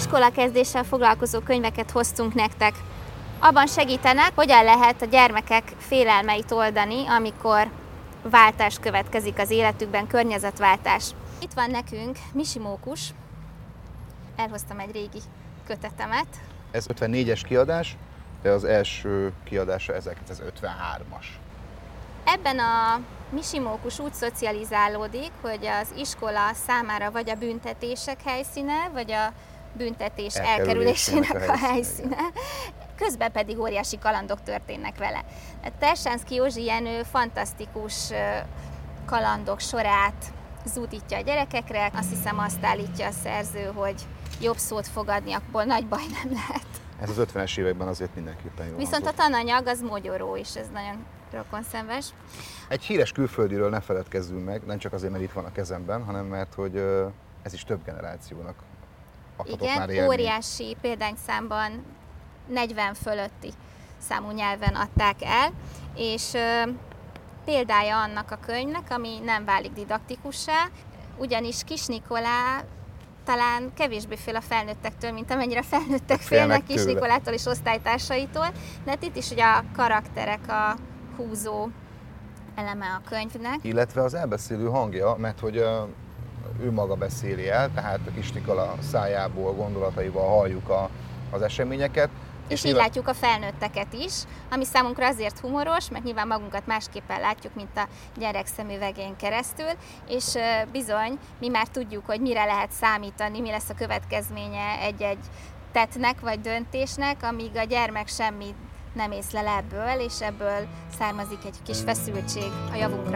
Iskolakezdéssel foglalkozó könyveket hoztunk nektek. Abban segítenek, hogyan lehet a gyermekek félelmeit oldani, amikor váltás következik az életükben, környezetváltás. Itt van nekünk Misi Mókus. Elhoztam egy régi kötetemet. Ez 54-es kiadás, de az első kiadása 1953-as. Ebben a Misi Mókus úgy szocializálódik, hogy az iskola számára vagy a büntetések helyszíne, vagy a büntetés elkerülésének a helyszíne. Közben pedig óriási kalandok történnek vele. Tersánszky Józsi Jenő fantasztikus kalandok sorát zúdítja a gyerekekre. Azt hiszem, azt állítja a szerző, hogy jobb szót fogadni, abból nagy baj nem lehet. Ez az 50-es években azért mindenképpen jó. Viszont a tananyag az mogyoró is, ez nagyon rokonszenves. Egy híres külföldiről ne feledkezzünk meg, nem csak azért, mert itt van a kezemben, hanem mert hogy ez is több generációnak adhatott már élmény. Igen, óriási példányszámban 40 fölötti számú nyelven adták el, és példája annak a könyvnek, ami nem válik didaktikussá, ugyanis Kis Nikolá talán kevésbé fél a felnőttektől, mint amennyire felnőttek félnek Kis Nikolától és osztálytársaitól, de itt is ugye a karakterek a húzó eleme a könyvnek. Illetve az elbeszélő hangja, mert hogy ő maga beszéli el, tehát a Kis Nikola szájából, gondolataival halljuk az eseményeket. És így látjuk a felnőtteket is, ami számunkra azért humoros, mert nyilván magunkat másképpen látjuk, mint a gyerek szemüvegén keresztül, és bizony, mi már tudjuk, hogy mire lehet számítani, mi lesz a következménye egy-egy tettnek vagy döntésnek, amíg a gyermek semmit nem észlel ebből, és ebből származik egy kis feszültség a javunkra.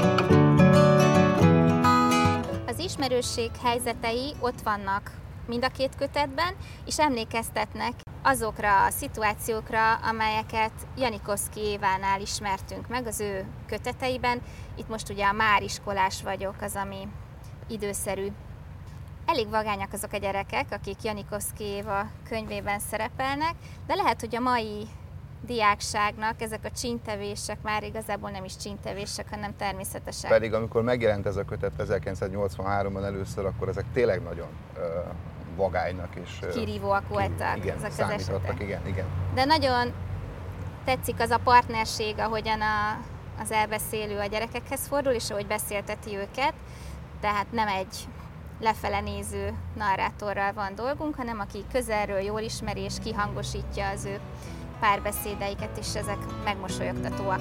Az ismerősség helyzetei ott vannak mind a két kötetben, és emlékeztetnek azokra a szituációkra, amelyeket Janikovszky Évánál ismertünk meg az ő köteteiben. Itt most ugye a Már iskolás vagyok, az, ami időszerű. Elég vagányak azok a gyerekek, akik Janikovszky Éva könyvében szerepelnek, de lehet, hogy a mai diákságnak ezek a csíntevések már igazából nem is csíntevések, hanem természetesek. Pedig amikor megjelent ez a kötet 1983-ban először, akkor ezek tényleg nagyon vagálynak és kirívóak voltak igen, ezek az számítottak, esetek. igen. De nagyon tetszik az a partnerség, ahogyan az elbeszélő a gyerekekhez fordul, és ahogy beszélteti őket, tehát nem egy lefele néző narrátorral van dolgunk, hanem aki közelről jól ismeri és kihangosítja az ő párbeszédeiket, és ezek megmosolyogtatóak.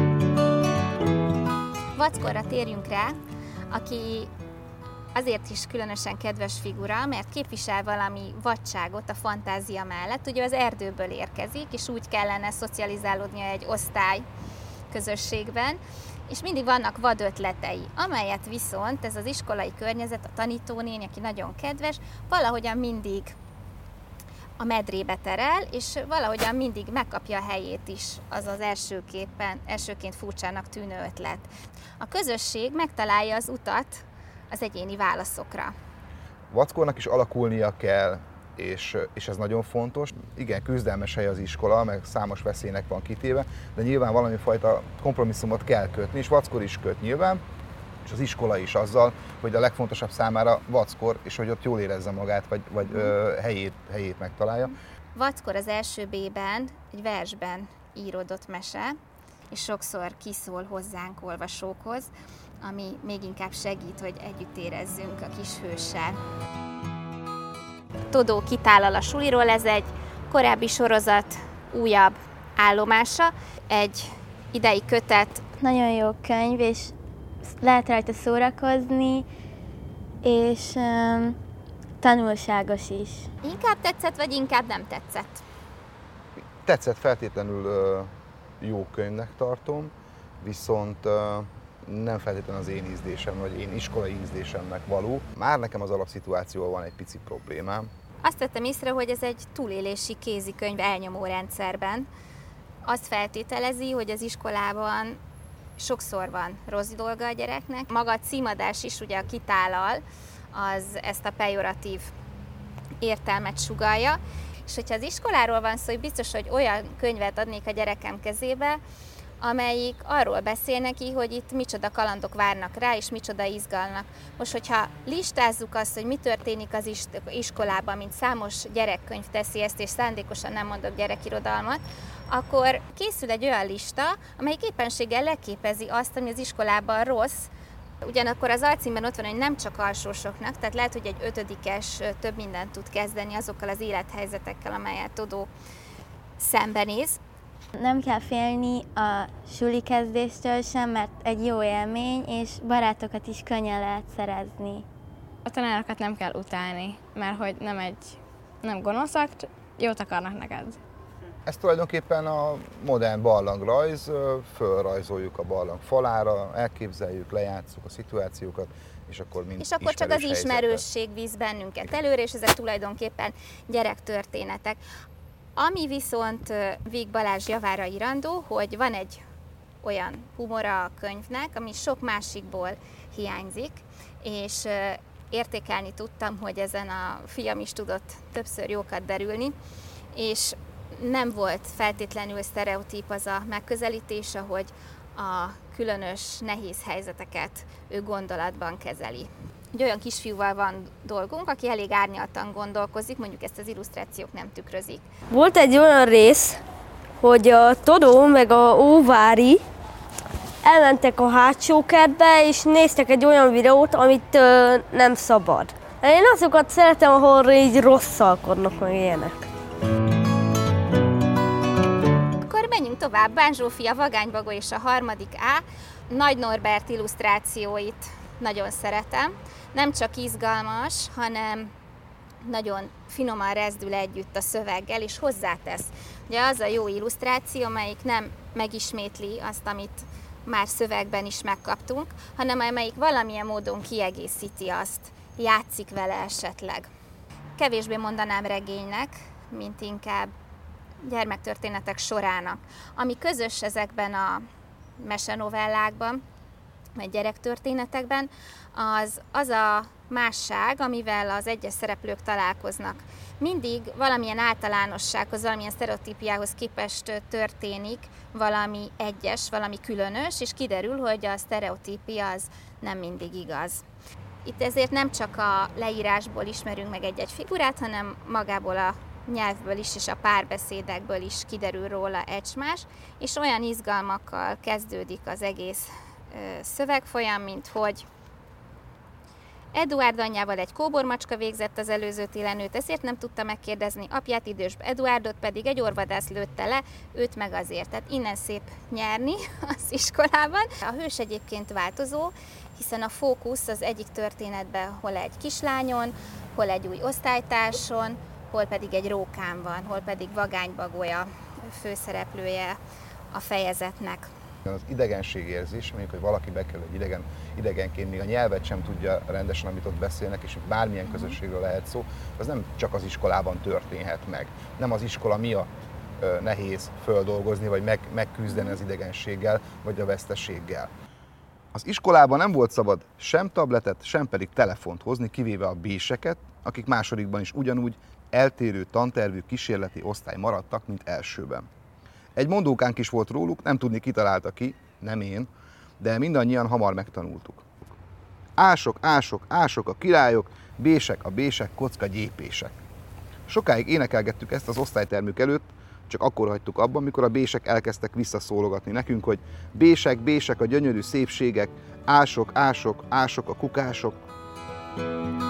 Vackorra térjünk rá, aki azért is különösen kedves figura, mert képvisel valami vadságot a fantázia mellett. Ugye az erdőből érkezik, és úgy kellene szocializálódnia egy osztály közösségben, és mindig vannak vad ötletei, amelyet viszont ez az iskolai környezet, a tanítónéni, aki nagyon kedves, valahogyan mindig a medrébe terel, és valahogyan mindig megkapja a helyét is az az elsőként furcsának tűnő ötlet. A közösség megtalálja az utat az egyéni válaszokra. Vackornak is alakulnia kell, és ez nagyon fontos. Igen, küzdelmes hely az iskola, meg számos veszélynek van kitéve, de nyilván valami fajta kompromisszumot kell kötni, és Vackor is köt nyilván, és az iskola is azzal, hogy a legfontosabb számára Vackor, és hogy ott jól érezze magát, vagy helyét megtalálja. Vackor az első B-ben egy versben íródott mese, és sokszor kiszól hozzánk olvasókhoz, ami még inkább segít, hogy együtt érezzünk a kis hőssel. Todó kitállal a suliról, ez egy korábbi sorozat újabb állomása, egy idei kötet. Nagyon jó könyv, és lehet rajta szórakozni, és tanulságos is. Inkább tetszett, vagy inkább nem tetszett? Tetszett, feltétlenül jó könyvnek tartom, viszont nem feltétlenül az én ízlésem, vagy én iskolai ízlésemnek való. Már nekem az alapszituációval van egy pici problémám. Azt vettem észre, hogy ez egy túlélési kézikönyv elnyomó rendszerben. Azt feltételezi, hogy az iskolában sokszor van rossz dolga a gyereknek. Maga a címadás is, ugye a kitállal, az ezt a pejoratív értelmet sugallja. És hogyha az iskoláról van szó, hogy biztos, hogy olyan könyvet adnék a gyerekem kezébe, amelyik arról beszél neki, hogy itt micsoda kalandok várnak rá, és micsoda izgalmak. Most, hogyha listázzuk azt, hogy mi történik az iskolában, mint számos gyerekkönyv teszi ezt, és szándékosan nem mondok gyerekirodalmat, akkor készül egy olyan lista, amelyik éppenséggel leképezi azt, ami az iskolában rossz. Ugyanakkor az alcímben ott van, hogy nem csak alsósoknak, tehát lehet, hogy egy 5-es több mindent tud kezdeni azokkal az élethelyzetekkel, amelyet Todó szembenéz. Nem kell félni a suli kezdéstől sem, mert egy jó élmény, és barátokat is könnyen lehet szerezni. A tanárokat nem kell utálni, mert hogy nem gonoszak, jót akarnak neked. Ez tulajdonképpen a modern barlangrajz, fölrajzoljuk a barlang falára, elképzeljük, lejátsszuk a szituációkat, és akkor És akkor csak az ismerősség visz bennünket előre, és ezek tulajdonképpen gyerektörténetek. Ami viszont Víg Balázs javára irandó, hogy van egy olyan humora a könyvnek, ami sok másikból hiányzik, és értékelni tudtam, hogy ezen a fiam is tudott többször jókat derülni, és nem volt feltétlenül sztereotíp az a megközelítés, ahogy a különös, nehéz helyzeteket ő gondolatban kezeli. Egy olyan kisfiúval van dolgunk, aki elég árnyaltan gondolkozik, mondjuk ezt az illusztrációk nem tükrözik. Volt egy olyan rész, hogy a Todó meg a Óvári elmentek a hátsó kertbe, és néztek egy olyan videót, amit nem szabad. Én azokat szeretem, ahol így rosszalkodnak, meg ilyenek. Akkor menjünk tovább. Bán Zsófia, Vagányvagó és a 3. A. Nagy Norbert illusztrációit nagyon szeretem. Nem csak izgalmas, hanem nagyon finoman rezdül együtt a szöveggel, és hozzátesz. Ugye az a jó illusztráció, amelyik nem megismétli azt, amit már szövegben is megkaptunk, hanem amelyik valamilyen módon kiegészíti azt, játszik vele esetleg. Kevésbé mondanám regénynek, mint inkább gyermektörténetek sorának. Ami közös ezekben a mesenovellákban, vagy gyerektörténetekben, az a másság, amivel az egyes szereplők találkoznak. Mindig valamilyen általánossághoz, valamilyen sztereotípiához képest történik valami egyes, valami különös, és kiderül, hogy a sztereotípia az nem mindig igaz. Itt ezért nem csak a leírásból ismerünk meg egy-egy figurát, hanem magából a nyelvből is és a párbeszédekből is kiderül róla egymás, és olyan izgalmakkal kezdődik az egész szövegfolyam, mint hogy Eduárd anyjával egy kóbormacska végzett az előző télen, őt ezért nem tudta megkérdezni, apját, idős Eduárdot pedig egy orvadász lőtte le, őt meg azért. Tehát innen szép nyerni az iskolában. A hős egyébként változó, hiszen a fókusz az egyik történetben hol egy kislányon, hol egy új osztálytárson, hol pedig egy rókán van, hol pedig Vagányvagója főszereplője a fejezetnek. Az idegenségérzés, mondjuk, hogy valaki bekerül egy idegenként, még a nyelvet sem tudja rendesen, amit ott beszélnek, és bármilyen közösségről lehet szó, az nem csak az iskolában történhet meg. Nem az iskola miatt nehéz földolgozni, vagy megküzdeni az idegenséggel, vagy a veszteséggel. Az iskolában nem volt szabad sem tabletet, sem pedig telefont hozni, kivéve a béseket, akik másodikban is ugyanúgy eltérő tantervű kísérleti osztály maradtak, mint elsőben. Egy mondókánk is volt róluk, nem tudni kitalálta ki, nem én, de mindannyian hamar megtanultuk. Ások, ások, ások a királyok, bések a bések, kocka gyépések. Sokáig énekelgettük ezt az osztálytermük előtt, csak akkor hagytuk abban, mikor a bések elkezdtek visszaszólogatni nekünk, hogy bések, bések a gyönyörű szépségek, ások, ások, ások a kukások.